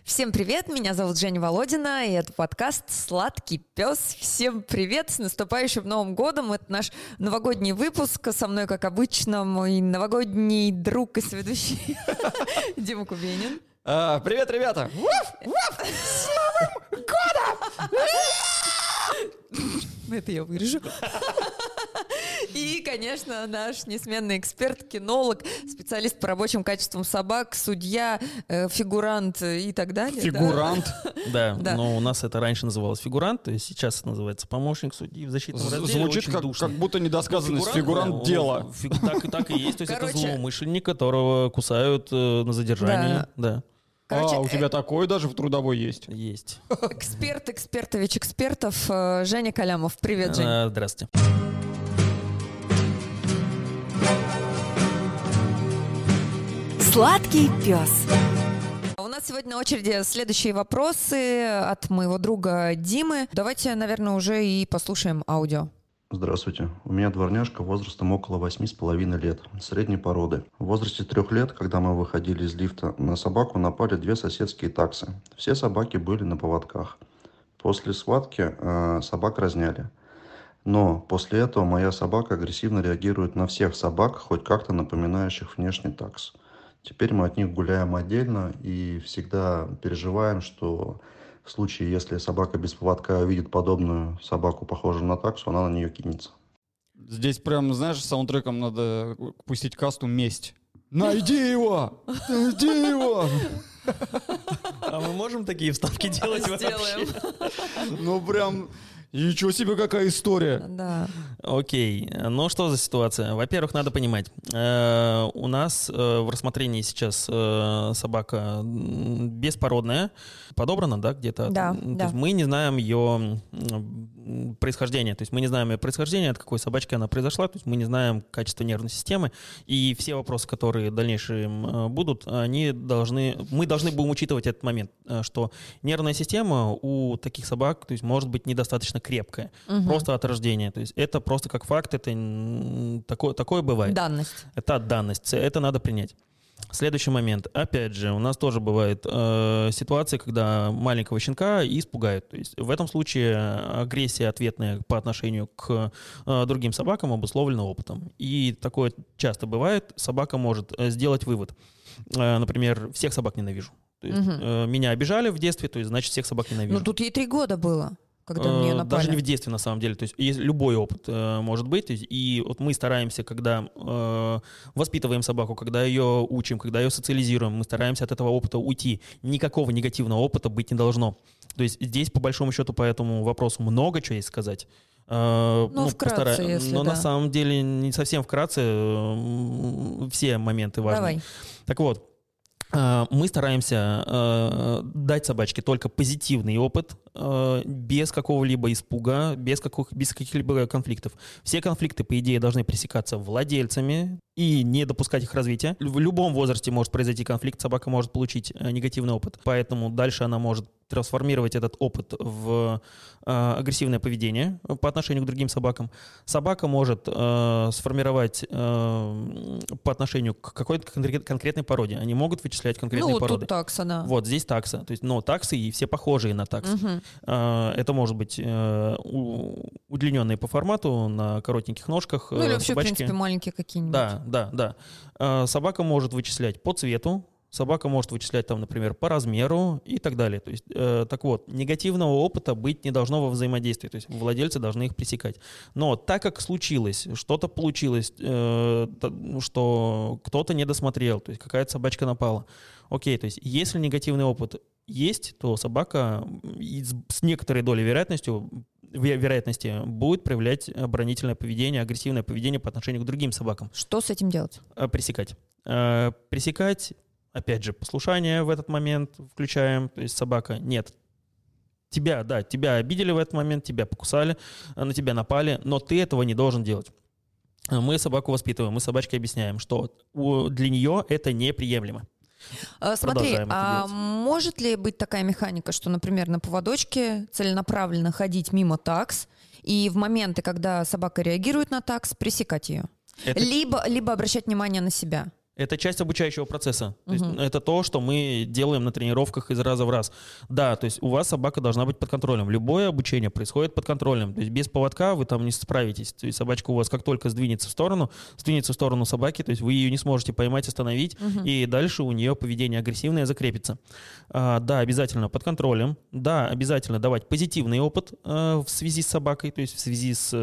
Всем привет, меня зовут Женя Володина, и это подкаст «Сладкий пес». Всем привет, с наступающим Новым годом. Это наш новогодний выпуск. Со мной, как обычно, мой новогодний друг и соведущий Дима Кубенин. Привет, ребята! С Новым годом! Это я вырежу. И, конечно, наш несменный эксперт, кинолог, специалист по рабочим качествам собак, судья, фигурант и так далее. Фигурант? Да, но у нас это раньше называлось фигурант, то есть сейчас это называется помощник судьи в защитном разделе. Звучит как будто недосказанность. Фигурант дела. Так и есть, то есть это злоумышленник, которого кусают на задержании. Да. Короче, у тебя такое даже в трудовой есть? Есть. Экспертович экспертов, Женя Калямов. Привет, Женя. Здравствуйте. Сладкий пес. У нас сегодня на очереди следующие вопросы от моего друга Димы. Давайте, наверное, уже и послушаем аудио. Здравствуйте. У меня дворняжка возрастом около 8,5 лет, средней породы. В возрасте 3 лет, когда мы выходили из лифта, на собаку напали 2 соседские таксы. Все собаки были на поводках. После схватки собак разняли. Но после этого моя собака агрессивно реагирует на всех собак, хоть как-то напоминающих внешний такс. Теперь мы от них гуляем отдельно и всегда переживаем, что в случае, если собака без поводка увидит подобную собаку, похожую на таксу, она на нее кинется. Здесь прям, знаешь, саундтреком надо пустить касту «Месть». Найди его! Найди его! А мы можем такие вставки делать вообще? Ну прям... Ничего себе, какая история. Да. Окей. Ну, что за ситуация? Во-первых, надо понимать, у нас в рассмотрении сейчас собака беспородная, подобрана, да, где-то? Да, То да. есть мы не знаем ее происхождение. То есть мы не знаем ее происхождение, от какой собачки она произошла, то есть мы не знаем качество нервной системы, и все вопросы, которые в дальнейшем будут, мы должны будем учитывать этот момент, что нервная система у таких собак, то есть может быть недостаточно крепкая, просто от рождения. То есть это просто как факт, это такое бывает. Данность. Это данность, это надо принять. Следующий момент. Опять же, у нас тоже бывает ситуация, когда маленького щенка испугают. То есть в этом случае агрессия ответная по отношению к другим собакам обусловлена опытом. И такое часто бывает. Собака может сделать вывод. Например, всех собак ненавижу. То есть, меня обижали в детстве, то есть, значит, всех собак ненавижу. Ну, тут ей 3 года было, когда мне напали. Даже не в детстве, на самом деле. То есть любой опыт может быть. И вот мы стараемся, когда воспитываем собаку, когда ее учим, когда ее социализируем, мы стараемся от этого опыта уйти. Никакого негативного опыта быть не должно. То есть здесь, по большому счету, по этому вопросу много чего есть сказать. Вкратце, если но да. на самом деле не совсем вкратце, все моменты важны. Давай. Так вот, мы стараемся дать собачке только позитивный опыт, без какого-либо испуга, без каких-либо конфликтов. Все конфликты, по идее, должны пресекаться владельцами и не допускать их развития. В любом возрасте может произойти конфликт, собака может получить негативный опыт, поэтому дальше она может трансформировать этот опыт в агрессивное поведение по отношению к другим собакам. Собака может сформировать по отношению к какой-то конкретной породе. Они могут вычислять конкретные породы. Тут такса, да. Вот здесь такса. То есть, но таксы и все похожие на такс. Это может быть удлиненные по формату, на коротеньких ножках. Ну или вообще, собачки. в принципе, маленькие какие-нибудь. Да. Собака может вычислять по цвету, собака может вычислять, там, например, по размеру и так далее. То есть, так вот, негативного опыта быть не должно во взаимодействии. То есть владельцы должны их пресекать. Но так как случилось, что-то получилось, что кто-то не досмотрел, то есть какая-то собачка напала. Окей, то есть если негативный опыт есть, то собака с некоторой долей вероятности будет проявлять оборонительное поведение, агрессивное поведение по отношению к другим собакам. Что с этим делать? Пресекать. Пресекать, опять же, послушание в этот момент включаем. То есть собака, нет, тебя обидели в этот момент, тебя покусали, на тебя напали, но ты этого не должен делать. Мы собаку воспитываем, мы собачке объясняем, что для нее это неприемлемо. Смотри, может ли быть такая механика, что, например, на поводочке целенаправленно ходить мимо такс и в моменты, когда собака реагирует на такс, пресекать ее? Либо обращать внимание на себя? Это часть обучающего процесса. То есть это то, что мы делаем на тренировках из раза в раз. Да, то есть у вас собака должна быть под контролем. Любое обучение происходит под контролем. То есть без поводка вы там не справитесь. То есть собачка у вас как только сдвинется в сторону собаки, то есть вы ее не сможете поймать, остановить, и дальше у нее поведение агрессивное закрепится. Да, обязательно под контролем. Да, обязательно давать позитивный опыт в связи с собакой, то есть в связи с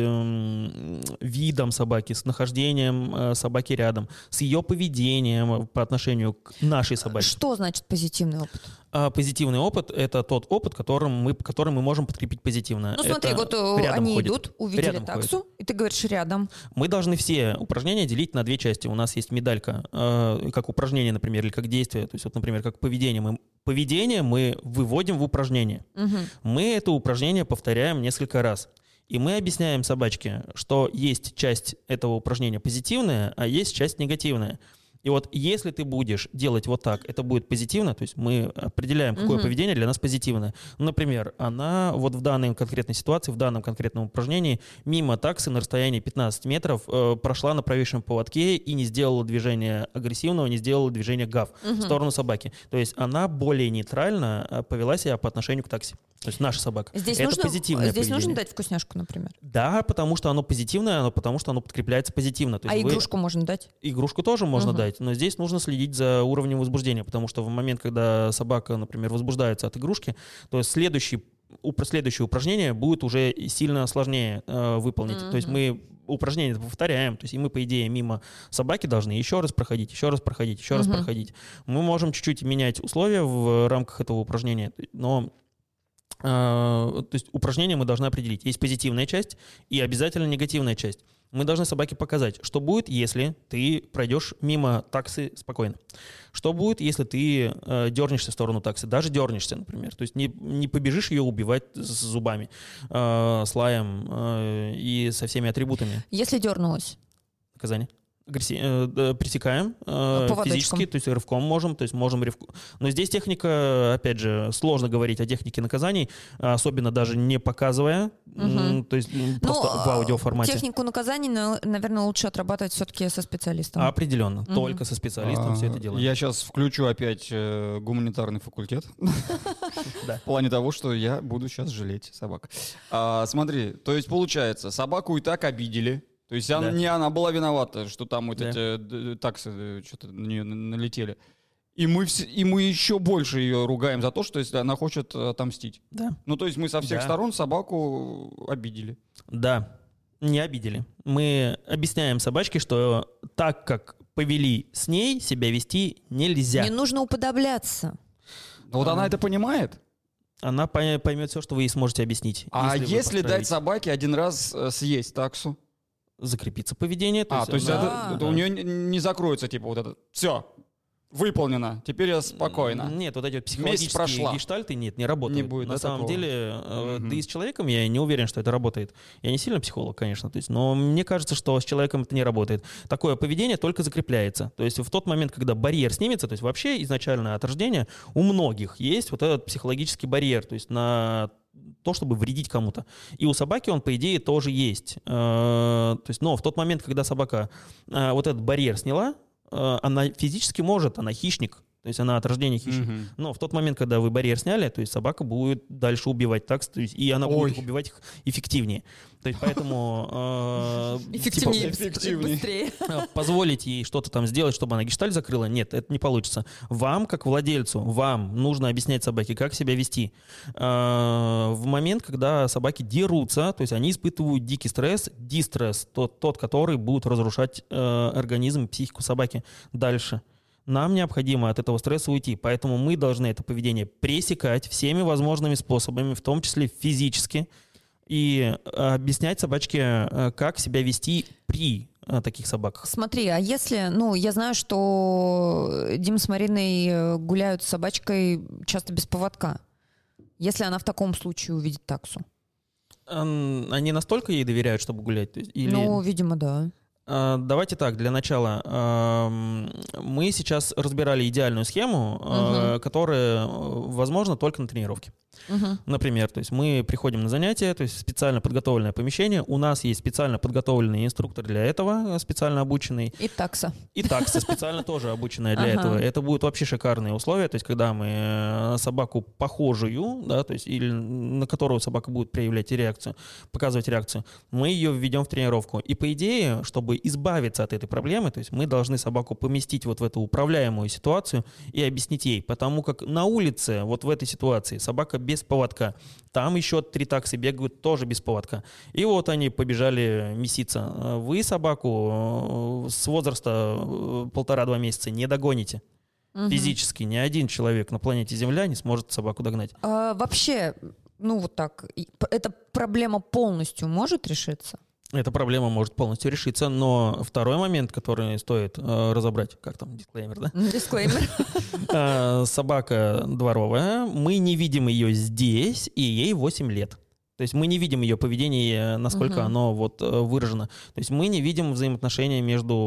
видом собаки, с нахождением собаки рядом, с ее поведением по отношению к нашей собаке. Что значит позитивный опыт? Позитивный опыт — это тот опыт, который мы можем подкрепить позитивно. Ну смотри, Это вот рядом они ходит. идут, увидели Рядом таксу, ходит. и ты говоришь рядом. Мы должны все упражнения делить на две части. У нас есть медалька, как упражнение, например, или как действие. То есть, вот, например, как поведение. Поведение мы выводим в упражнение. Мы это упражнение повторяем несколько раз. И мы объясняем собачке, что есть часть этого упражнения позитивная, а есть часть негативная. И вот если ты будешь делать вот так, это будет позитивно, то есть мы определяем, какое поведение для нас позитивное. Например, она вот в данной конкретной ситуации, в данном конкретном упражнении мимо таксы на расстоянии 15 метров прошла на правейшем поводке и не сделала движения агрессивного, не сделала движения гав в сторону собаки. То есть она более нейтрально повела себя по отношению к таксе. То есть наша собака. Здесь это позитивное здесь поведение. нужно дать вкусняшку, например? Да, потому что оно позитивное, потому что оно подкрепляется позитивно. То есть игрушку можно дать? Игрушку тоже можно дать, но здесь нужно следить за уровнем возбуждения, потому что в момент, когда собака, например, возбуждается от игрушки, то следующее упражнение будет уже сильно сложнее выполнить. То есть мы упражнение повторяем, то есть и мы, по идее, мимо собаки должны еще раз проходить, еще раз проходить, еще раз проходить. Мы можем чуть-чуть менять условия в рамках этого упражнения, но то есть упражнение мы должны определить. Есть позитивная часть и обязательно негативная часть. Мы должны собаке показать, что будет, если ты пройдешь мимо таксы спокойно. Что будет, если ты дернешься в сторону таксы, даже дернешься, например. То есть не побежишь ее убивать с зубами, с лаем и со всеми атрибутами. Если дернулась? Наказание. Пресекаем физически, то есть рывком можем, рывком. Но здесь техника, опять же, сложно говорить о технике наказаний, особенно даже не показывая, то есть просто в аудиоформате. Технику наказаний, наверное, лучше отрабатывать все-таки со специалистом. Определенно, только со специалистом все это делаем. Я сейчас включу опять гуманитарный факультет. В плане того, что я буду сейчас жалеть собак. Смотри, то есть получается, собаку и так обидели. То есть не она была виновата, что там вот эти таксы что-то на нее налетели. И мы еще больше ее ругаем за то, что если она хочет отомстить. Да. Ну, то есть мы со всех сторон собаку обидели. Да, не обидели. Мы объясняем собачке, что так, как повели с ней, себя вести нельзя. Не нужно уподобляться. Вот она это понимает. Она поймет все, что вы ей сможете объяснить. А если дать собаке один раз съесть таксу? Закрепится поведение. То есть это у нее не закроется, типа, вот это. Все, выполнено, теперь я спокойно. Нет, вот эти вот психологические гештальты не работают. Не будет, на самом деле, да и с человеком я не уверен, что это работает. Я не сильно психолог, конечно, то есть, но мне кажется, что с человеком это не работает. Такое поведение только закрепляется. То есть в тот момент, когда барьер снимется, то есть вообще изначально от рождения у многих есть вот этот психологический барьер, то есть на то, чтобы вредить кому-то. И у собаки он, по идее, тоже есть. То есть, но в тот момент, когда собака вот этот барьер сняла, она физически может, она хищник, то есть она от рождения хищник. Но в тот момент, когда вы барьер сняли, то есть собака будет дальше убивать таксы, то есть, и она будет убивать их эффективнее. То есть поэтому... Эффективнее, быстрее. Позволить ей что-то там сделать, чтобы она гештальт закрыла, нет, это не получится. Вам, как владельцу, вам нужно объяснять собаке, как себя вести. В момент, когда собаки дерутся, то есть они испытывают дикий стресс, дистресс, тот, который будет разрушать организм и психику собаки дальше. Нам необходимо от этого стресса уйти, поэтому мы должны это поведение пресекать всеми возможными способами, в том числе физически, и объяснять собачке, как себя вести при таких собаках. Смотри, а если, я знаю, что Дима с Мариной гуляют с собачкой часто без поводка. Если она в таком случае увидит таксу? Они настолько ей доверяют, чтобы гулять? Или... видимо, да. Давайте так, для начала. Мы сейчас разбирали идеальную схему, которая возможна только на тренировке. Например, то есть мы приходим на занятия, то есть специально подготовленное помещение, у нас есть специально подготовленный инструктор для этого, специально обученный. И такса. И такса специально тоже обученная для этого. Это будут вообще шикарные условия, то есть когда мы собаку похожую, да, то есть или на которую собака будет проявлять реакцию, показывать реакцию, мы ее введем в тренировку. И по идее, чтобы избавиться от этой проблемы, то есть мы должны собаку поместить вот в эту управляемую ситуацию и объяснить ей, потому как на улице вот в этой ситуации собака без поводка, там еще 3 таксы бегают тоже без поводка. И вот они побежали меситься. Вы собаку с возраста 1,5-2 месяца не догоните. Физически ни один человек на планете Земля не сможет собаку догнать. Вообще, ну вот так, эта проблема полностью может решиться? Эта проблема может полностью решиться, но второй момент, который стоит разобрать, как там, дисклеймер, да? Дисклеймер. Собака дворовая, мы не видим ее здесь, и ей 8 лет. То есть мы не видим ее поведение, насколько оно вот выражено. То есть мы не видим взаимоотношения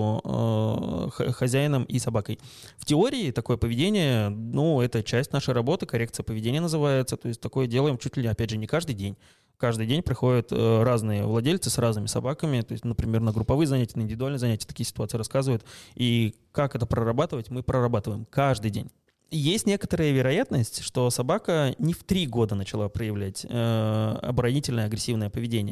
между хозяином и собакой. В теории такое поведение, ну, это часть нашей работы, коррекция поведения называется. То есть такое делаем чуть ли, опять же, не каждый день. Каждый день приходят разные владельцы с разными собаками, то есть, например, на групповые занятия, на индивидуальные занятия такие ситуации рассказывают. И как это прорабатывать, мы прорабатываем каждый день. Есть некоторая вероятность, что собака не в 3 года начала проявлять оборонительное агрессивное поведение.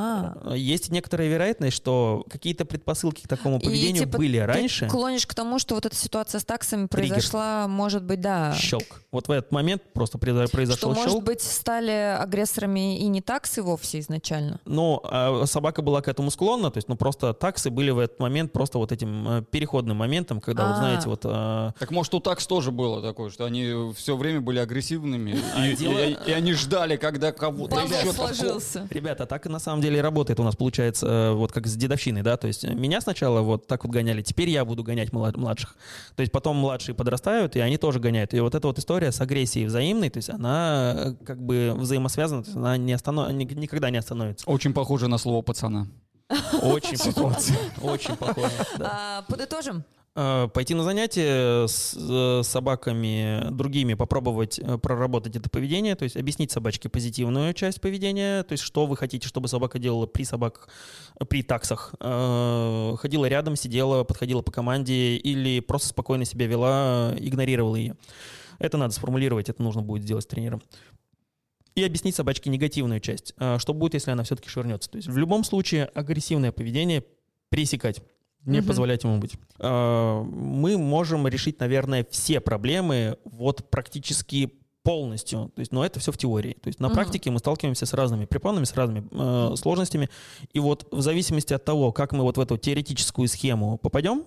Есть некоторая вероятность, что какие-то предпосылки к такому поведению были раньше. Ты клонишь к тому, что вот эта ситуация с таксами произошла, может быть, да. Щелк. Вот в этот момент просто произошел щелк. Может быть, стали агрессорами и не таксы вовсе изначально? Ну, собака была к этому склонна, то есть, ну, просто таксы были в этот момент просто вот этим переходным моментом, когда, вот знаете, вот... Так может, у такс тоже было такое, что они все время были агрессивными, и они ждали, когда кого-то еще... сложился. Ребята, так и на самом деле работает у нас, получается, вот как с дедовщиной, да, то есть меня сначала вот так вот гоняли, теперь я буду гонять младших. То есть потом младшие подрастают, и они тоже гоняют. И вот эта вот история с агрессией взаимной, то есть она как бы взаимосвязана, то есть она никогда не остановится. Очень похоже на слово «пацана». Очень похоже. Очень похоже. Подытожим. Пойти на занятия с собаками другими, попробовать проработать это поведение, то есть объяснить собачке позитивную часть поведения, то есть что вы хотите, чтобы собака делала при собаках, при таксах. Ходила рядом, сидела, подходила по команде или просто спокойно себя вела, игнорировала ее. Это надо сформулировать, это нужно будет сделать с тренером. И объяснить собачке негативную часть. Что будет, если она все-таки швырнется. То есть в любом случае агрессивное поведение пресекать. Не позволять ему быть. Мы можем решить, наверное, все проблемы вот практически полностью. То есть, но это все в теории. То есть на практике мы сталкиваемся с разными препонами, с разными сложностями. И вот в зависимости от того, как мы вот в эту теоретическую схему попадем,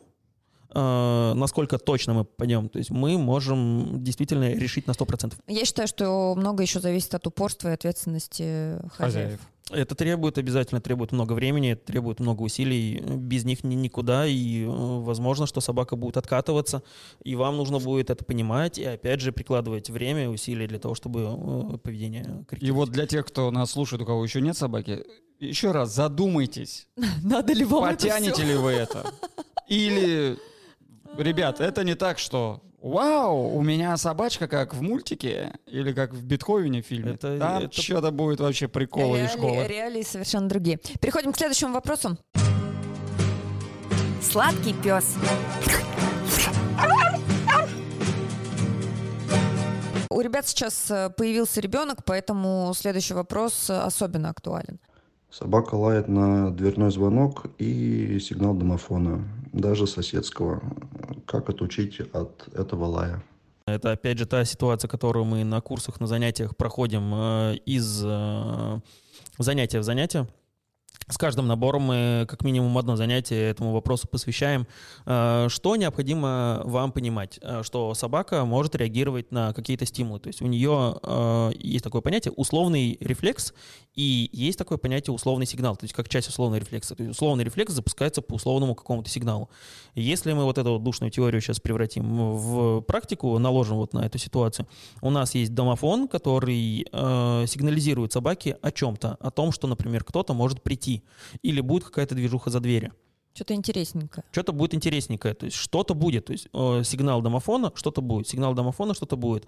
насколько точно мы попадем, то есть мы можем действительно решить на 100%. Я считаю, что много еще зависит от упорства и ответственности хозяев. Это обязательно требует много времени, требует много усилий, без них никуда, и возможно, что собака будет откатываться, и вам нужно будет это понимать, и опять же прикладывать время и усилия для того, чтобы поведение корректировать. И вот для тех, кто нас слушает, у кого еще нет собаки, еще раз задумайтесь, надо ли вам потянете ли вы это, или, ребят, это не так, что... Вау, у меня собачка как в мультике или как в Бетховене фильме. Там что-то будет вообще прикол и школа. Реалии совершенно другие. Переходим к следующему вопросу. Сладкий пес. У ребят сейчас появился ребенок, поэтому следующий вопрос особенно актуален. Собака лает на дверной звонок и сигнал домофона, даже соседского. Как отучить от этого лая? Это, опять же, та ситуация, которую мы на курсах, на занятиях проходим из занятия в занятие. С каждым набором мы как минимум одно занятие этому вопросу посвящаем. Что необходимо вам понимать? Что собака может реагировать на какие-то стимулы. То есть у нее есть такое понятие условный рефлекс и есть такое понятие условный сигнал. То есть как часть условного рефлекса. То есть условный рефлекс запускается по условному какому-то сигналу. Если мы вот эту вот душную теорию сейчас превратим в практику, наложим вот на эту ситуацию, у нас есть домофон, который сигнализирует собаке о чем-то. О том, что, например, кто-то может прийти или будет какая-то движуха за дверью. Что-то интересненькое. Что-то будет интересненькое, то есть что-то будет, то есть сигнал домофона, что-то будет, сигнал домофона, что-то будет.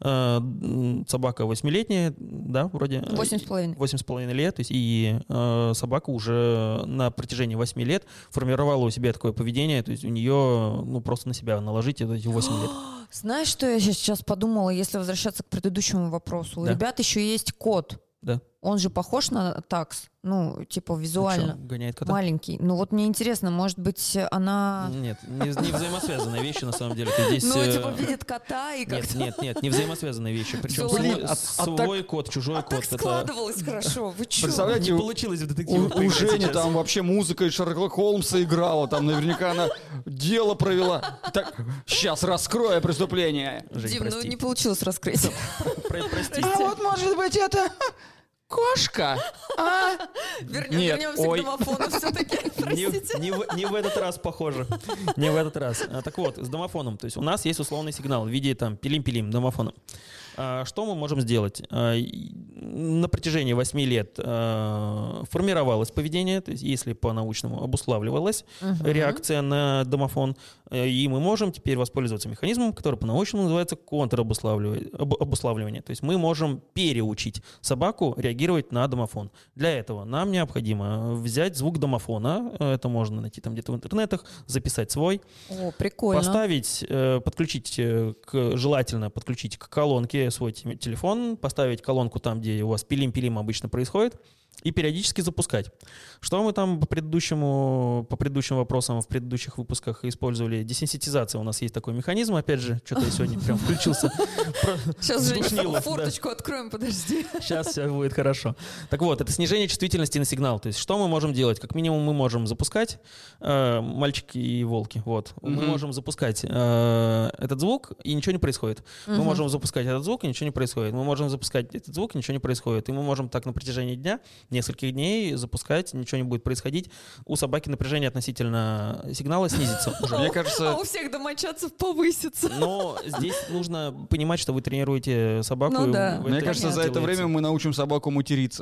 Собака 8-летняя, да, вроде? 8,5. 8,5 лет, то есть и собака уже на протяжении 8 лет формировала у себя такое поведение, то есть у нее, ну, просто на себя наложить эти 8 лет. Знаешь, что я сейчас подумала, если возвращаться к предыдущему вопросу? У Да. ребят еще есть кот. Да. Он же похож на такс, ну, типа визуально. Ну, гоняет кота? Маленький. Ну вот мне интересно, может быть, она... Нет, не взаимосвязанные вещи, на самом деле. Ты здесь, Ну, типа, видит кота и как-то... Нет, не взаимосвязанные вещи. Причем Блин, свой кот, чужой кот. Так складывалось хорошо, вы чё? Представляете, Не получилось в детективе. у Жени там вообще музыка из Шерлока Холмса играла, там наверняка она дело провела. Так, сейчас раскрою преступление. Жень, Дим, ну прости. не получилось раскрыть. Прости. А вот, может быть, это кошка? А? Нет, Вернемся ой. к домофону все-таки, простите. Не в этот раз, похоже. Не в этот раз. Так вот, с домофоном. То есть у нас есть условный сигнал в виде там пилим-пилим домофона. Что мы можем сделать? На протяжении 8 лет формировалось поведение, то есть если по-научному обуславливалась реакция на домофон, и мы можем теперь воспользоваться механизмом, который по-научному называется контрабуславливание. То есть мы можем переучить собаку реагировать на домофон. Для этого нам необходимо взять звук домофона, это можно найти там где-то в интернетах, записать свой, О, прикольно. поставить, подключить, желательно подключить к колонке свой телефон, поставить колонку там, где у вас пилим-пилим обычно происходит, и периодически запускать. Что мы там по предыдущим вопросам в предыдущих выпусках использовали? Десенситизация. У нас есть такой механизм, опять же, что-то я сегодня прям включился. Сейчас, Женя, Сдушнило, форточку откроем, подожди. Сейчас все будет хорошо. Так вот, это снижение чувствительности на сигнал. То есть что мы можем делать? Как минимум мы можем запускать, мальчики и волки, вот. Мы можем запускать этот звук, и ничего не происходит. Мы можем запускать этот звук, и ничего не происходит. Мы можем запускать этот звук, и ничего не происходит. И мы можем так на протяжении дня, нескольких дней запускать, ничего не будет происходить. У собаки напряжение относительно сигнала снизится уже. Мне кажется... А у всех домочадцев повысится. Но здесь нужно понимать, что вы тренируете собаку. Ну да. Мне кажется, за это время мы научим собаку материться.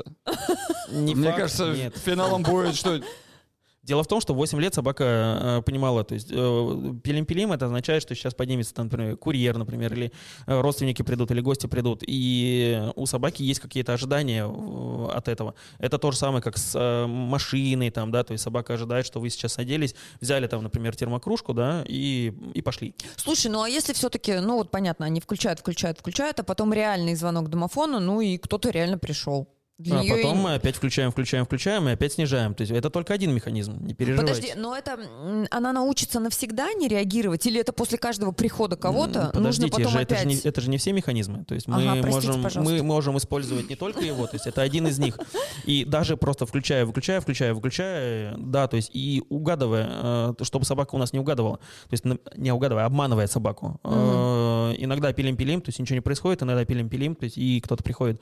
Мне кажется, финалом будет, что... Дело в том, что 8 лет собака понимала, то есть пилим-пилим, это означает, что сейчас поднимется, там, например, курьер, например, или родственники придут, или гости придут, и у собаки есть какие-то ожидания от этого. Это то же самое, как с машиной, там, да, то есть собака ожидает, что вы сейчас оделись, взяли там, например, термокружку, да, и пошли. Слушай, ну а если все-таки, ну вот понятно, они включают, а потом реальный звонок домофона, ну и кто-то реально пришел. А потом мы опять включаем и опять снижаем. То есть это только один механизм, не переживайте. Подожди, но это она научится навсегда не реагировать, или это после каждого прихода кого-то нужно потом же, опять... это же не все механизмы. То есть мы можем использовать не только его, то есть это один из них. И даже просто включая, да, то есть и угадывая, чтобы собака у нас не угадывала, то есть не угадывая, а обманывая собаку. Иногда пилим-пилим, то есть ничего не происходит, иногда пилим-пилим, то есть и кто-то приходит.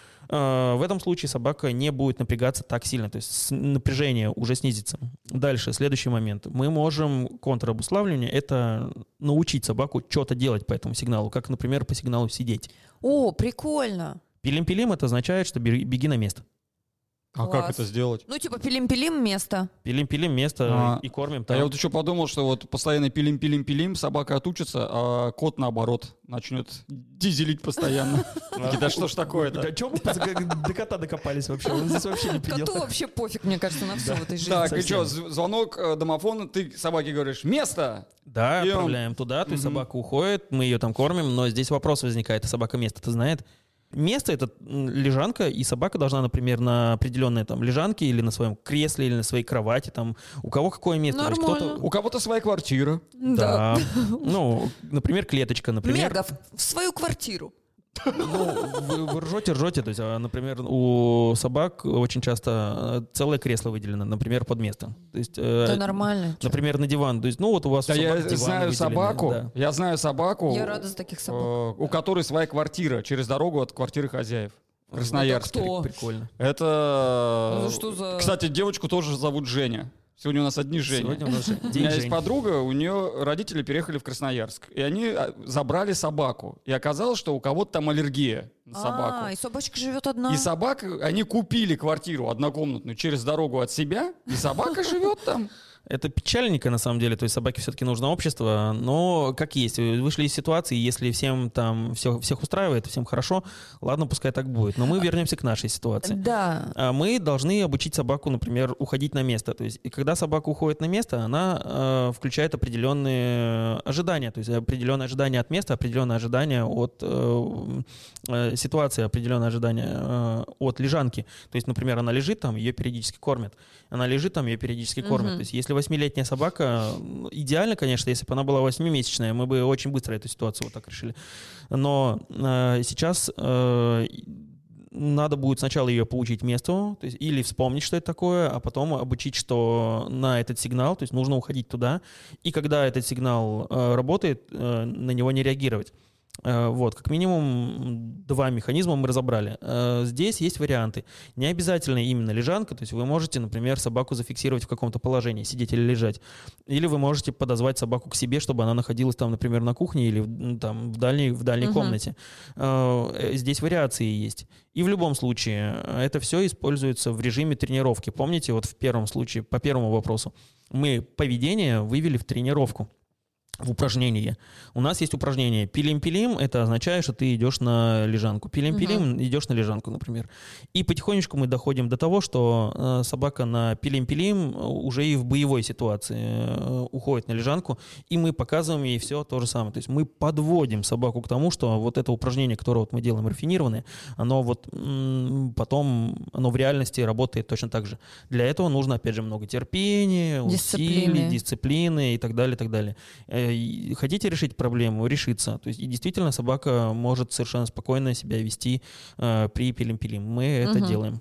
В этом случае собака не будет напрягаться так сильно, то есть напряжение уже снизится. Дальше, следующий момент. Мы можем контрабуславливание, это научить собаку что-то делать по этому сигналу, как, например, по сигналу сидеть. О, прикольно. Пилим-пилим это означает, что беги на место. А как это сделать? Ну, типа пилим-пилим место. Пилим-пилим место и кормим там. А я вот еще подумал, что вот постоянно пилим-пилим-пилим, собака отучится, а кот, наоборот, начнет дизелить постоянно. Да что ж такое-то? Да что мы до кота докопались вообще? Он здесь вообще не предел. Коту вообще пофиг, мне кажется, на все в этой жизни. Так, и что, звонок домофона, ты собаке говоришь «Место!» Да, отправляем туда, то есть собака уходит, мы ее там кормим, но здесь вопрос возникает, а собака место-то знает? Место — это лежанка, и собака должна, например, на определенной там лежанке или на своем кресле, или на своей кровати, там, у кого какое место. Нормально. У кого-то своя квартира. Да. Ну, например, клеточка, например. Мега в свою квартиру. Ну, вы ржете, то есть, например, у собак очень часто целое кресло выделено, например, под место. То есть, это нормально. Например, на диван. То есть, ну вот у вас да, я знаю собаку. Я рада за таких собак. У которой своя квартира через дорогу от квартиры хозяев. В Красноярске. Кто? Прикольно. Это... Ну, что за... Кстати, девочку тоже зовут Женя. Сегодня у нас одни Жени. У меня есть подруга, у нее родители переехали в Красноярск. И они забрали собаку. И оказалось, что у кого-то там аллергия на собаку. И собачка живет одна. И собака, они купили квартиру однокомнатную через дорогу от себя, и собака живет там. Это печальненько, на самом деле, то есть собаке все-таки нужно общество, но как есть, вышли из ситуации, если всем там всех устраивает, всем хорошо, ладно, пускай так будет, но мы вернемся к нашей ситуации. Да. Мы должны обучить собаку, например, уходить на место, то есть и когда собака уходит на место, она включает определенные ожидания, то есть определенное ожидание от места, определенное ожидание от ситуации, определенное ожидание от лежанки, то есть, например, она лежит там, ее периодически кормят, она лежит там, ее периодически кормят, то есть если 8-летняя собака, идеально, конечно, если бы она была 8-месячная, мы бы очень быстро эту ситуацию вот так решили. Но сейчас надо будет сначала ее поучить месту, то есть или вспомнить, что это такое, а потом обучить, что на этот сигнал, то есть нужно уходить туда, и когда этот сигнал работает, на него не реагировать. Вот, как минимум 2 механизма мы разобрали. Здесь есть варианты. Не обязательно именно лежанка, то есть вы можете, например, собаку зафиксировать в каком-то положении, сидеть или лежать. Или вы можете подозвать собаку к себе, чтобы она находилась там, например, на кухне или там в дальней комнате. Здесь вариации есть. И в любом случае это все используется в режиме тренировки. Помните, вот в первом случае, по первому вопросу, мы поведение вывели в тренировку. В упражнении. У нас есть упражнение пилим-пилим, это означает, что ты идешь на лежанку. Пилим-пилим, идешь на лежанку, например. И потихонечку мы доходим до того, что собака на пилим-пилим уже и в боевой ситуации уходит на лежанку, и мы показываем ей все то же самое. То есть мы подводим собаку к тому, что вот это упражнение, которое вот мы делаем рафинированное, оно вот потом, оно в реальности работает точно так же. Для этого нужно, опять же, много терпения, усилий, дисциплины и так далее, и так далее. Хотите решить проблему, решиться. То есть, и действительно собака может совершенно спокойно себя вести при пилим-пилим. Мы это делаем.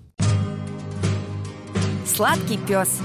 Сладкий пес.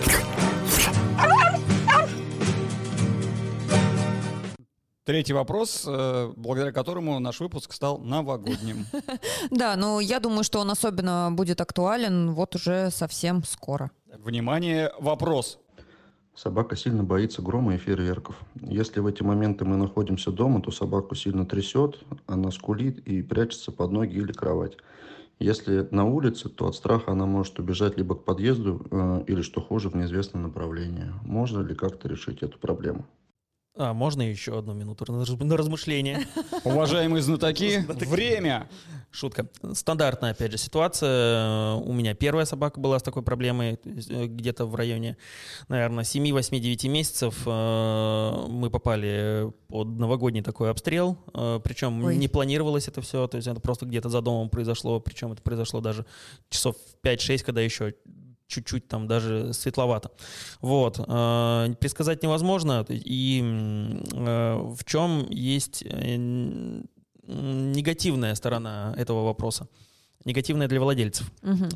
Третий вопрос, благодаря которому наш выпуск стал новогодним. Да, но я думаю, что он особенно будет актуален вот уже совсем скоро. Внимание, вопрос. Собака сильно боится грома и фейерверков. Если в эти моменты мы находимся дома, то собаку сильно трясет, она скулит и прячется под ноги или кровать. Если на улице, то от страха она может убежать либо к подъезду, или, что хуже, в неизвестном направлении. Можно ли как-то решить эту проблему? Можно еще 1 минуту на размышление? Уважаемые знатоки, время! Шутка. Стандартная, опять же, ситуация. У меня первая собака была с такой проблемой, где-то в районе, наверное, 7, 8, 9 месяцев. Мы попали под новогодний такой обстрел, причем не планировалось это все, то есть это просто где-то за домом произошло, причем это произошло даже часов 5-6, когда еще чуть-чуть там даже светловато. Вот. Предсказать невозможно. И в чем есть негативная сторона этого вопроса? Негативная для владельцев.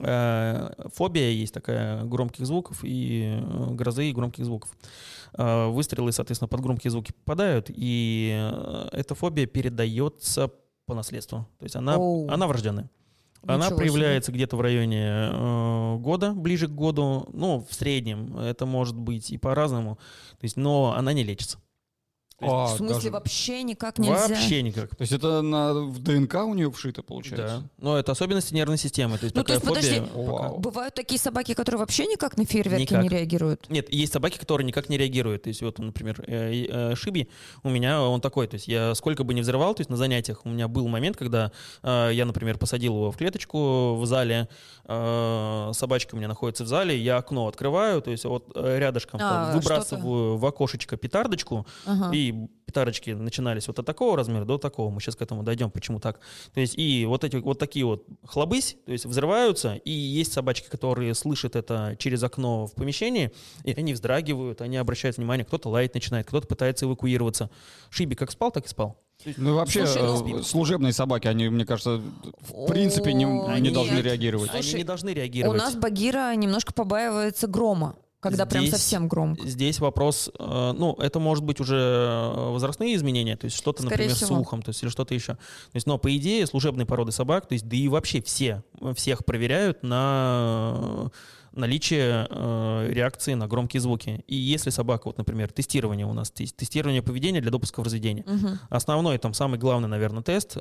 Фобия есть такая громких звуков и грозы и громких звуков. Выстрелы, соответственно, под громкие звуки попадают, и эта фобия передается по наследству. То есть она врожденная. Она проявляется где-то в районе года, ближе к году. Ну, в среднем это может быть и по-разному. То есть, но она не лечится. В смысле, вообще никак нельзя? Вообще никак. То есть это в ДНК у нее вшито, получается? Да. Но это особенности нервной системы. То есть такая фобия. Бывают такие собаки, которые вообще никак на фейерверки не реагируют? Нет, есть собаки, которые никак не реагируют. То есть вот, например, Шиби у меня он такой. То есть я сколько бы ни взрывал, то есть на занятиях у меня был момент, когда я, например, посадил его в клеточку в зале, собачка у меня находится в зале, я окно открываю, то есть вот рядышком выбрасываю в окошечко петардочку, и петардочки начинались вот от такого размера до такого. Мы сейчас к этому дойдем, почему так. То есть и вот такие вот хлобысь, то есть взрываются, и есть собачки, которые слышат это через окно в помещении, и они вздрагивают, они обращают внимание, кто-то лаять начинает, кто-то пытается эвакуироваться. Шиби как спал, так и спал. Ну и вообще служебные собаки, они, мне кажется, в принципе не должны реагировать. Они не должны реагировать. У нас Багира немножко побаивается грома. Когда прям совсем громко. Здесь вопрос, это может быть уже возрастные изменения, то есть что-то, например, с ухом, то есть или что-то еще. То есть, но по идее служебные породы собак, то есть да и вообще всех проверяют на наличие реакции на громкие звуки. И если собака, вот, например, тестирование у нас, тестирование поведения для допуска в разведение. Основной, там, самый главный, наверное, тест,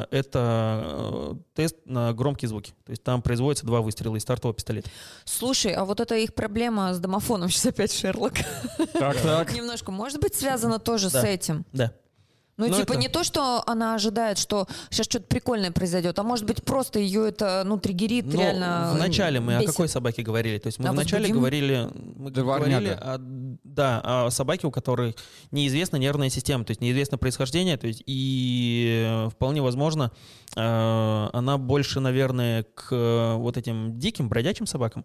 это тест на громкие звуки. То есть там производится 2 выстрела из стартового пистолета. Слушай, а вот это их проблема с домофоном, сейчас опять Шерлок. Так. Немножко, может быть, связано тоже с этим? Да. Ну, Но типа, это- не то, что она ожидает, что сейчас что-то прикольное произойдет, а может быть, просто ее это, триггерит, Ну, реально вначале мы бесит. о какой собаке говорили? То есть мы А вначале возбудимой? говорили, Дворняга. о собаке, у которой неизвестна нервная система, то есть неизвестно происхождение, то есть и вполне возможно она больше, наверное, к вот этим диким, бродячим собакам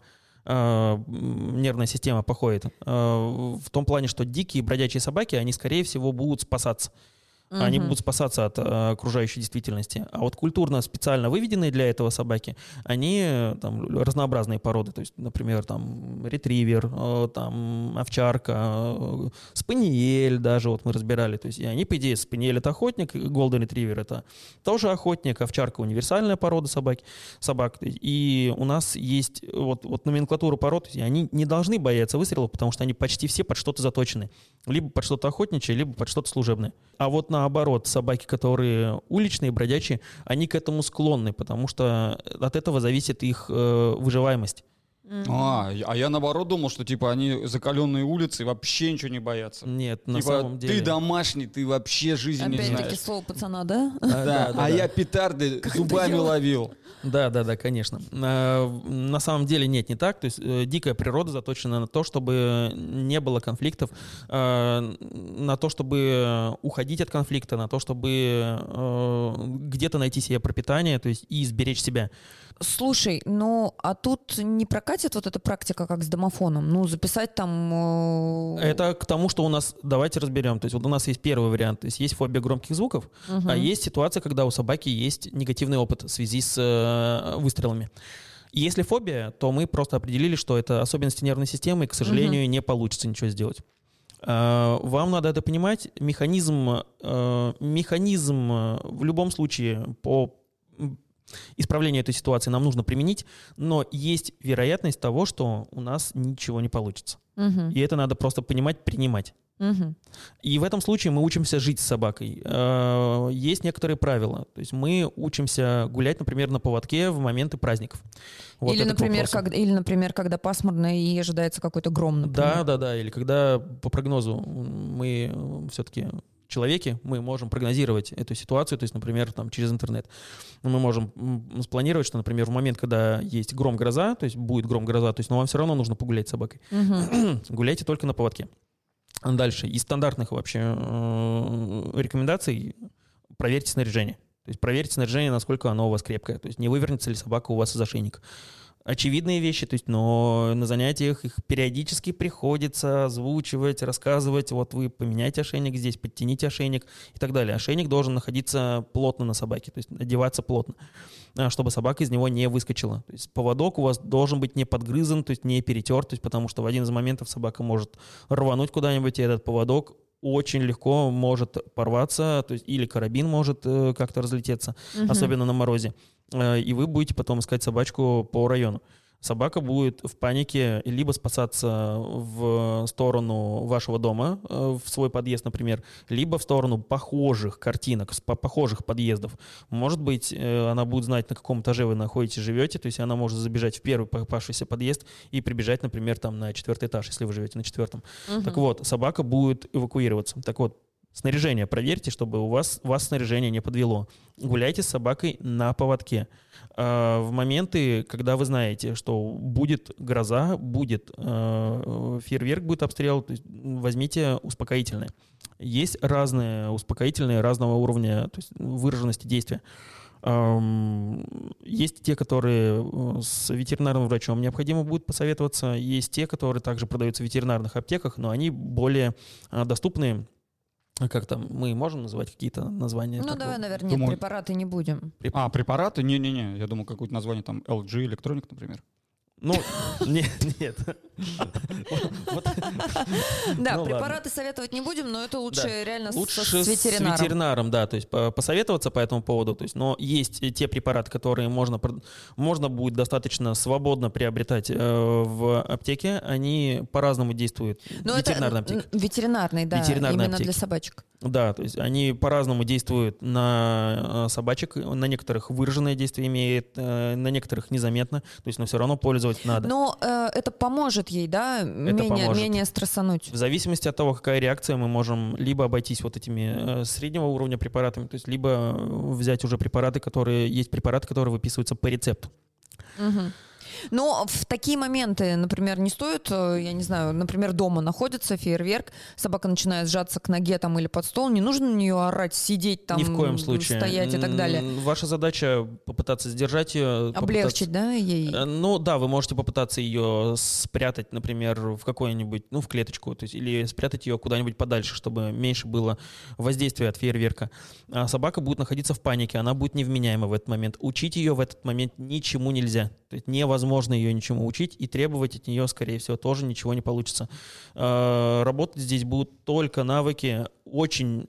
нервная система походит. В том плане, что дикие бродячие собаки, они, скорее всего, будут спасаться. Они будут спасаться от окружающей действительности. А вот культурно специально выведенные для этого собаки, они там разнообразные породы. То есть, например, там ретривер, там овчарка, спаниель даже вот мы разбирали. То есть, и они, по идее, спаниель — это охотник, голден ретривер — это тоже охотник, овчарка — универсальная порода собак. И у нас есть вот номенклатура пород, и они не должны бояться выстрелов, потому что они почти все под что-то заточены. Либо под что-то охотничье, либо под что-то служебное. А вот наоборот, собаки, которые уличные, бродячие, они к этому склонны, потому что от этого зависит их выживаемость. А я наоборот думал, что типа они закаленные улицы и вообще ничего не боятся. Нет, на Типа самом деле. ты домашний, ты вообще жизни не Опять-таки знаешь. слово пацана, да? Да, я петарды зубами ловил. Да, конечно. На самом деле нет, не так. То есть дикая природа заточена на то, чтобы не было конфликтов, на то, чтобы уходить от конфликта, на то, чтобы где-то найти себе пропитание, то есть и сберечь себя. Слушай, а тут не прокатит вот эта практика, как с домофоном? Записать там... Это к тому, что у нас, давайте разберем. То есть вот у нас есть первый вариант, то есть есть фобия громких звуков, а есть ситуация, когда у собаки есть негативный опыт в связи с выстрелами. И если фобия, то мы просто определили, что это особенности нервной системы, и, к сожалению, не получится ничего сделать. Вам надо это понимать. Механизм в любом случае по исправлению этой ситуации нам нужно применить, но есть вероятность того, что у нас ничего не получится. И это надо просто понимать, принимать. И в этом случае мы учимся жить с собакой. Есть некоторые правила. То есть мы учимся гулять, например, на поводке в моменты праздников. Вот или, например, когда пасмурно и ожидается какой-то гром, например. Да. Или когда по прогнозу мы все-таки человеки, мы можем прогнозировать эту ситуацию, то есть, например, там, через интернет. Мы можем спланировать, что, например, в момент, когда есть гром-гроза, то есть будет гром-гроза, то есть, но вам все равно нужно погулять с собакой. Гуляйте только на поводке. Дальше. Из стандартных вообще рекомендаций проверьте снаряжение. То есть проверьте снаряжение, насколько оно у вас крепкое. То есть не вывернется ли собака у вас из ошейника. Очевидные вещи, то есть, но на занятиях их периодически приходится озвучивать, рассказывать, вот вы поменяйте ошейник здесь, подтяните ошейник и так далее. Ошейник должен находиться плотно на собаке, то есть одеваться плотно, чтобы собака из него не выскочила. То есть поводок у вас должен быть не подгрызан, то есть не перетерт, то есть, потому что в один из моментов собака может рвануть куда-нибудь, и этот поводок очень легко может порваться, то есть или карабин может как-то разлететься, особенно на морозе. И вы будете потом искать собачку по району. Собака будет в панике либо спасаться в сторону вашего дома, в свой подъезд, например, либо в сторону похожих картинок, похожих подъездов. Может быть, она будет знать, на каком этаже вы находитесь, живете, то есть она может забежать в первый попавшийся подъезд и прибежать, например, там на 4-й этаж, если вы живете на 4-м. Так вот, собака будет эвакуироваться. Так вот, снаряжение проверьте, чтобы у вас снаряжение не подвело. Гуляйте с собакой на поводке. В моменты, когда вы знаете, что будет гроза, будет фейерверк, будет обстрел, то есть возьмите успокоительное. Есть разные успокоительные разного уровня, то есть выраженности действия. Есть те, которые с ветеринарным врачом необходимо будет посоветоваться. Есть те, которые также продаются в ветеринарных аптеках, но они более доступные. Как там, мы можем называть какие-то названия? Давай, наверное, нет, препараты не будем. Препараты? Не-не-не, я думал, какое-то название там LG Electronic, например. Ну, нет. Да, препараты советовать не будем, но это лучше реально лучше с ветеринаром. С ветеринаром, да, то есть посоветоваться по этому поводу. То есть, но есть те препараты, которые можно будет достаточно свободно приобретать в аптеке. Они по-разному действуют. Ветеринарная аптека. Ветеринарный, да, именно для собачек. Да, то есть они по-разному действуют на собачек. На некоторых выраженное действие имеет, на некоторых незаметно. То есть, но все равно пользоваться надо. Но это поможет ей, да, менее стрессануть. В зависимости от того, какая реакция, мы можем либо обойтись вот этими среднего уровня препаратами, то есть либо взять уже препараты, которые выписываются по рецепту. Угу. Но в такие моменты, например, не стоит, я не знаю, например, дома находится фейерверк, собака начинает сжаться к ноге там или под стол, не нужно на нее орать, сидеть там, ни в коем случае. Стоять и так далее. Ваша задача попытаться сдержать ее. Облегчить, да, ей? Ну да, вы можете попытаться ее спрятать, например, в какую-нибудь, в клеточку, то есть, или спрятать ее куда-нибудь подальше, чтобы меньше было воздействия от фейерверка. А собака будет находиться в панике, она будет невменяема в этот момент. Учить ее в этот момент ничему нельзя. То есть невозможно ее ничему учить, и требовать от нее, скорее всего, тоже ничего не получится. Работать здесь будут только навыки, очень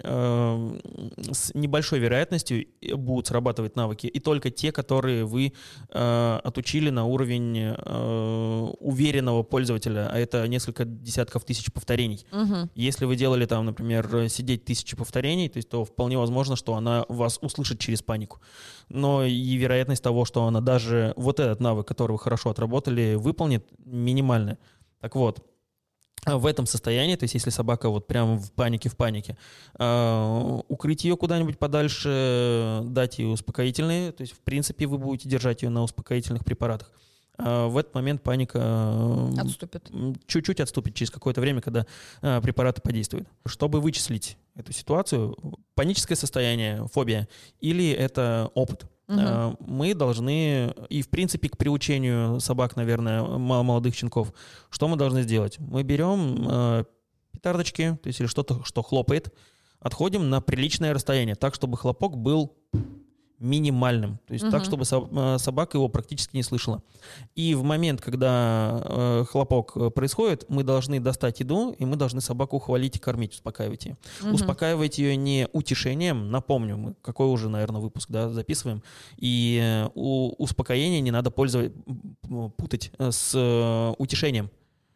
с небольшой вероятностью будут срабатывать навыки, и только те, которые вы отучили на уровень уверенного пользователя, а это несколько десятков тысяч повторений. Угу. Если вы делали там, например, сидеть 1000 повторений, то вполне возможно, что она вас услышит через панику. Но и вероятность того, что она даже вот этот навык, который вы хорошо отработали, выполнит, минимальная. Так вот, в этом состоянии, то есть если собака вот прям в панике, укрыть ее куда-нибудь подальше, дать ей успокоительные, то есть в принципе вы будете держать ее на успокоительных препаратах. В этот момент паника чуть-чуть отступит через какое-то время, когда препараты подействуют. Чтобы вычислить эту ситуацию, паническое состояние, фобия, или это опыт, мы должны, и в принципе к приучению собак, наверное, молодых щенков, что мы должны сделать? Мы берем петардочки, то есть или что-то, что хлопает, отходим на приличное расстояние, так, чтобы хлопок был минимальным, то есть так, чтобы собака его практически не слышала. И в момент, когда хлопок происходит, мы должны достать еду, и мы должны собаку ухвалить и кормить, успокаивать ее. Успокаивать ее не утешением, напомню, мы какой уже, наверное, выпуск записываем, и успокоение не надо путать с утешением.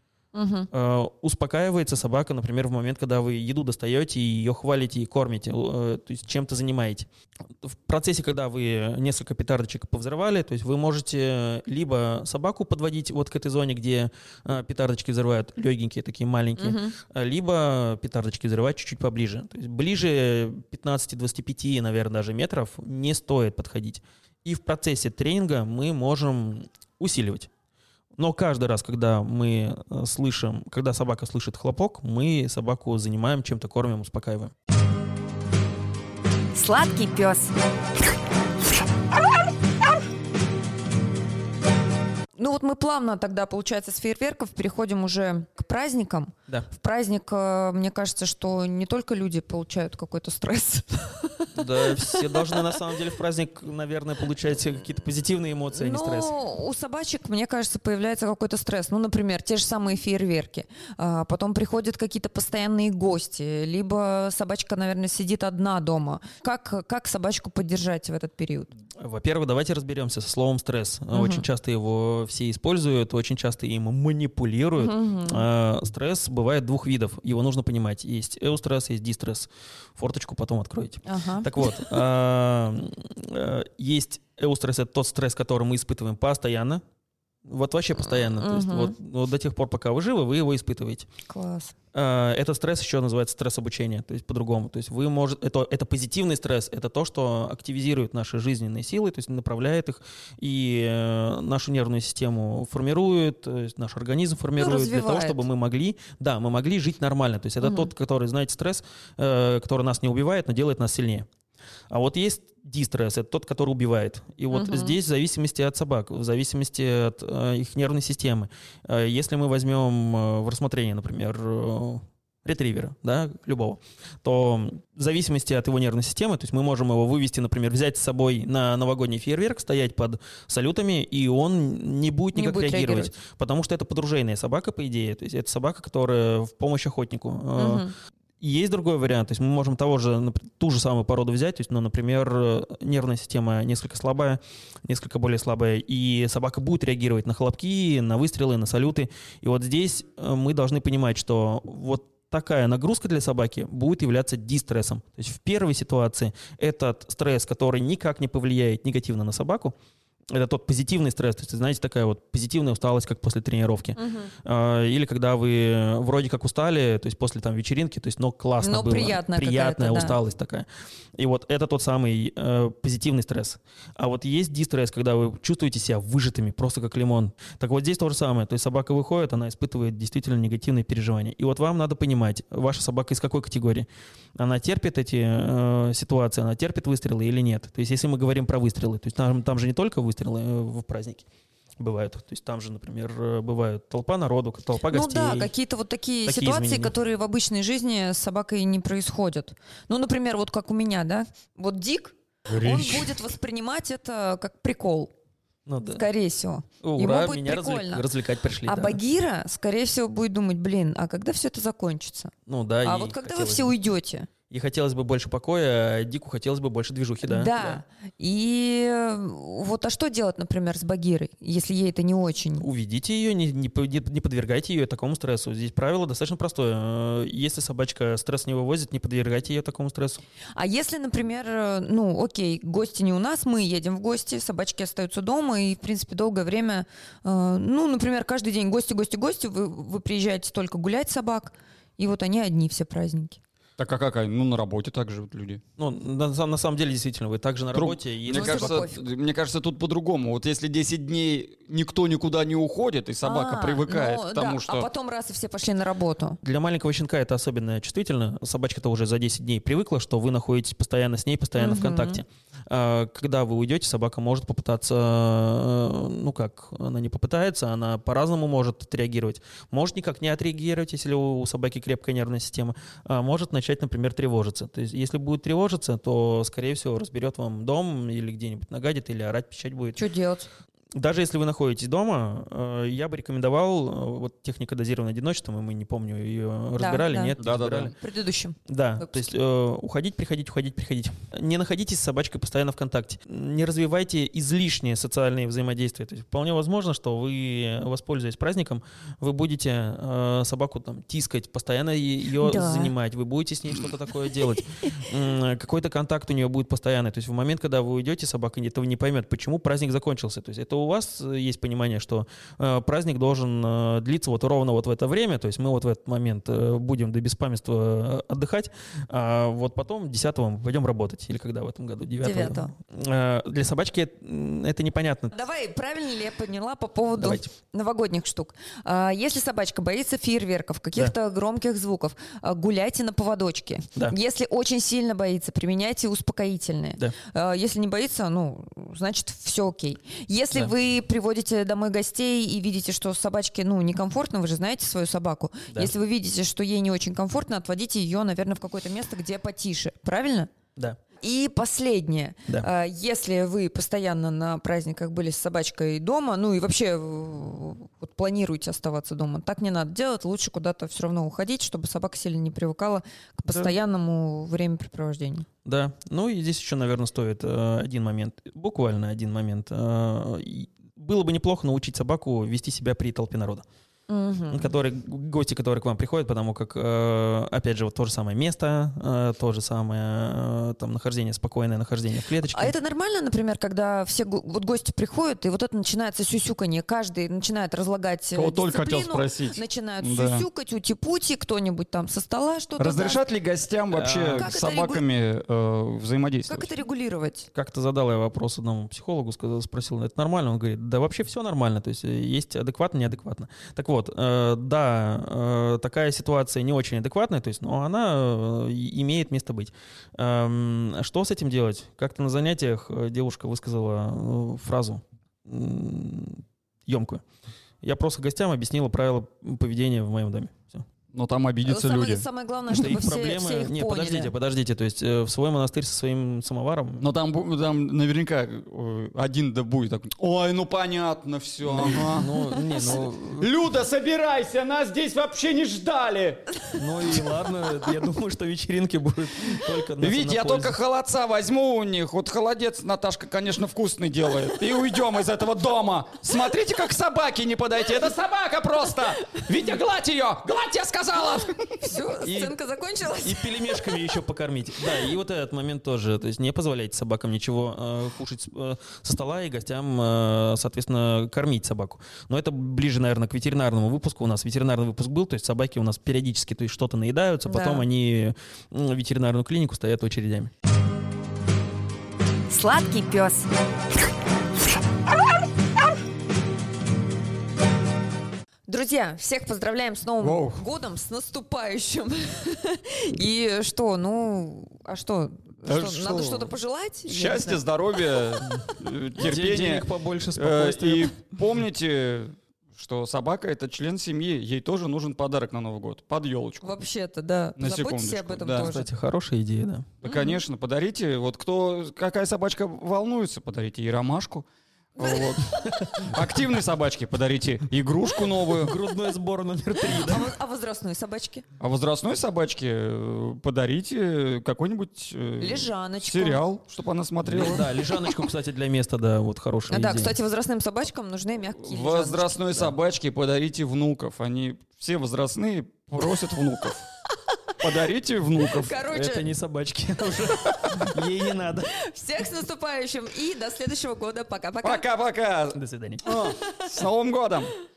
Успокаивается собака, например, в момент, когда вы еду достаете и ее хвалите и кормите, то есть чем-то занимаете. В процессе, когда вы несколько петардочек повзрывали, то есть вы можете либо собаку подводить вот к этой зоне, где петардочки взрывают, легенькие такие маленькие, либо петардочки взрывать чуть-чуть поближе. То есть ближе 15-25, наверное, даже метров не стоит подходить. И в процессе тренинга мы можем усиливать. Но каждый раз, когда когда собака слышит хлопок, мы собаку занимаем, чем-то кормим, успокаиваем. Сладкий пес. Ну вот мы плавно тогда, получается, с фейерверков переходим уже к праздникам. Да. В праздник, мне кажется, что не только люди получают какой-то стресс. Да, все должны на самом деле в праздник, наверное, получать какие-то позитивные эмоции, а не стресс. Ну, у собачек, мне кажется, появляется какой-то стресс. Ну, например, те же самые фейерверки. Потом приходят какие-то постоянные гости. Либо собачка, наверное, сидит одна дома. Как собачку поддержать в этот период? Во-первых, давайте разберемся со словом «стресс». Очень часто его все используют, очень часто им манипулируют. Стресс бывает двух видов. Его нужно понимать. Есть эустресс, есть дистресс. Форточку потом откроете. Так вот, есть эустресс, это тот стресс, который мы испытываем постоянно. Вот вообще постоянно. То есть вот до тех пор, пока вы живы, вы его испытываете. Класс. Этот стресс еще называется стресс обучения, то есть по-другому. То есть это позитивный стресс, это то, что активизирует наши жизненные силы, то есть направляет их, и нашу нервную систему формирует, то есть наш организм формирует для того, чтобы мы могли жить нормально. То есть это тот, который, знаете, стресс, который нас не убивает, но делает нас сильнее. А вот есть дистресс, это тот, который убивает. И вот здесь в зависимости от собак, в зависимости от их нервной системы. Если мы возьмем в рассмотрение, например, ретривера, да, любого, то в зависимости от его нервной системы, то есть мы можем его вывести, например, взять с собой на новогодний фейерверк, стоять под салютами, и он не будет никак реагировать, потому что это подружейная собака, по идее, то есть это собака, которая в помощь охотнику. Есть другой вариант, то есть мы можем ту же самую породу взять, то есть, например, нервная система несколько слабая, несколько более слабая, и собака будет реагировать на хлопки, на выстрелы, на салюты, и вот здесь мы должны понимать, что вот такая нагрузка для собаки будет являться дистрессом. То есть в первой ситуации этот стресс, который никак не повлияет негативно на собаку, это тот позитивный стресс, то есть, знаете, такая вот позитивная усталость, как после тренировки. Или когда вы вроде как устали, то есть после там вечеринки, то есть, классно было. Приятная усталость такая. И вот это тот самый позитивный стресс. А вот есть дистресс, когда вы чувствуете себя выжатыми, просто как лимон. Так вот здесь то же самое. То есть собака выходит, она испытывает действительно негативные переживания. И вот вам надо понимать, ваша собака из какой категории? Она терпит эти ситуации, она терпит выстрелы или нет? То есть если мы говорим про выстрелы, то есть там же не только выстрелы в празднике бывают. То есть там же, например, бывает толпа народу, толпа гостей. Ну да, какие-то вот такие ситуации, изменения, которые в обычной жизни с собакой не происходят. Ну, например, вот как у меня, да? Вот Дик, он будет воспринимать это как прикол. Ну, да. Скорее всего. Ура, ему будет меня прикольно. Развлекать пришли. А Багира, скорее всего, будет думать, а когда все это закончится? Ну да. А вот когда вы все уйдете? И хотелось бы больше покоя, а Дику хотелось бы больше движухи, да? Да. И вот, а что делать, например, с Багирой, если ей это не очень? Уведите ее, не подвергайте ее такому стрессу. Здесь правило достаточно простое. Если собачка стресс не вывозит, не подвергайте ее такому стрессу. А если, например, окей, гости не у нас, мы едем в гости, собачки остаются дома, и, в принципе, долгое время, например, каждый день гости, вы приезжаете только гулять собак, и вот они одни все праздники. Так а как? На работе так живут люди. На самом деле, действительно, вы также на работе. Мне кажется, тут по-другому. Вот если 10 дней никто никуда не уходит, и собака привыкает к тому, что... А потом раз и все пошли на работу. Для маленького щенка это особенно чувствительно. Собачка-то уже за 10 дней привыкла, что вы находитесь постоянно с ней, постоянно в контакте. Когда вы уйдете, собака может попытаться... она не попытается, она по-разному может отреагировать. Может никак не отреагировать, если у собаки крепкая нервная система. Может начать, например, тревожиться. То есть, если будет тревожиться, то, скорее всего, разберет вам дом или где-нибудь нагадит, или орать, пищать будет. Что делать? Даже если вы находитесь дома, я бы рекомендовал, вот техника дозированного одиночества, мы не помню, ее разбирали, нет? Да. В предыдущем. Да, то есть уходить, приходить. Не находитесь с собачкой постоянно в контакте. Не развивайте излишние социальные взаимодействия. То есть вполне возможно, что вы, воспользуясь праздником, вы будете собаку тискать, постоянно ее занимать, вы будете с ней что-то такое делать. Какой-то контакт у нее будет постоянный. То есть в момент, когда вы уйдете, собака этого не поймет, почему праздник закончился. То есть это у вас есть понимание, что праздник должен длиться ровно в это время, то есть мы в этот момент будем до беспамятства отдыхать, а вот потом 10-го мы пойдем работать. Или когда в этом году? 9-го. Для собачки это непонятно. Давай, правильно ли я поняла по поводу новогодних штук? Если собачка боится фейерверков, каких-то громких звуков, гуляйте на поводочке. Да. Если очень сильно боится, применяйте успокоительные. Да. Если не боится, значит, все окей. Если вы приводите домой гостей и видите, что собачке, некомфортно, вы же знаете свою собаку. Да. Если вы видите, что ей не очень комфортно, отводите ее, наверное, в какое-то место, где потише. Правильно? Да. И последнее. Да. Если вы постоянно на праздниках были с собачкой дома, и вообще планируете оставаться дома, так не надо делать. Лучше куда-то все равно уходить, чтобы собака сильно не привыкала к постоянному времяпрепровождению. Да. И здесь еще, наверное, стоит буквально один момент. Было бы неплохо научить собаку вести себя при толпе народа. Гости, которые к вам приходят, потому как, опять же, то же самое место, то же самое нахождение, спокойное нахождение в клеточке. А это нормально, например, когда все гости приходят, и это начинается сюсюканье, каждый начинает разлагать дисциплину, только хотел спросить. Начинают сюсюкать, ути-пути, кто-нибудь со стола что-то. Разрешат ли гостям вообще с собаками взаимодействовать? Как это регулировать? Как-то задал я вопрос одному психологу, спросил, это нормально? Он говорит, да вообще все нормально, то есть есть адекватно, неадекватно. Так вот, такая ситуация не очень адекватная, то есть, но она имеет место быть. Что с этим делать? Как-то на занятиях девушка высказала фразу емкую. Я просто гостям объяснила правила поведения в моем доме. Все. Но там обидятся люди. Самое главное, чтобы их все проблемы... их Не, поняли. подождите. То есть в свой монастырь со своим самоваром... Но там наверняка один да будет такой: ой, ну понятно все. Люда, собирайся, нас здесь вообще не ждали. Ну и ладно, я думаю, что вечеринки будут только на Витя, я пользу. только холодца возьму у них. Вот холодец Наташка, конечно, вкусный делает. И уйдем из этого дома. Смотрите, как собаки не подойти. Это собака просто. Витя, гладь ее. Гладь, я сказала. Все, сценка закончилась. И пельмешками еще покормить. Да, и вот этот момент тоже. То есть не позволяйте собакам ничего кушать со стола и гостям, соответственно, кормить собаку. Но это ближе, наверное, к ветеринарному выпуску. У нас ветеринарный выпуск был, то есть собаки у нас периодически, то есть что-то наедаются, потом они в ветеринарную клинику стоят очередями. Сладкий пес. Друзья, всех поздравляем с Новым годом, с наступающим. И что, а что? Надо что-то пожелать? Счастья, здоровья, терпения. Денег побольше, спокойствия. И помните, что собака — это член семьи, ей тоже нужен подарок на Новый год, под елочку. Вообще-то, да. На Заботьтесь секундочку, об этом да. тоже. Кстати, хорошая идея, да. Да, конечно, подарите. Вот какая собачка волнуется, подарите ей ромашку. Вот. Активной собачке подарите игрушку новую. Грудной сбор номер 3, да? А возрастной собачке? А возрастной собачке подарите какой-нибудь Лежаночку. сериал, чтобы она смотрела. Да, лежаночку, кстати, для места, да, вот хорошая идея. Да, кстати, возрастным собачкам нужны мягкие Возрастной собачке подарите внуков. Они все возрастные просят внуков. Подарите внуков. Короче, это не собачки уже. Ей не надо. всех с наступающим и до следующего года. Пока-пока. Пока-пока. До свидания. С Новым годом.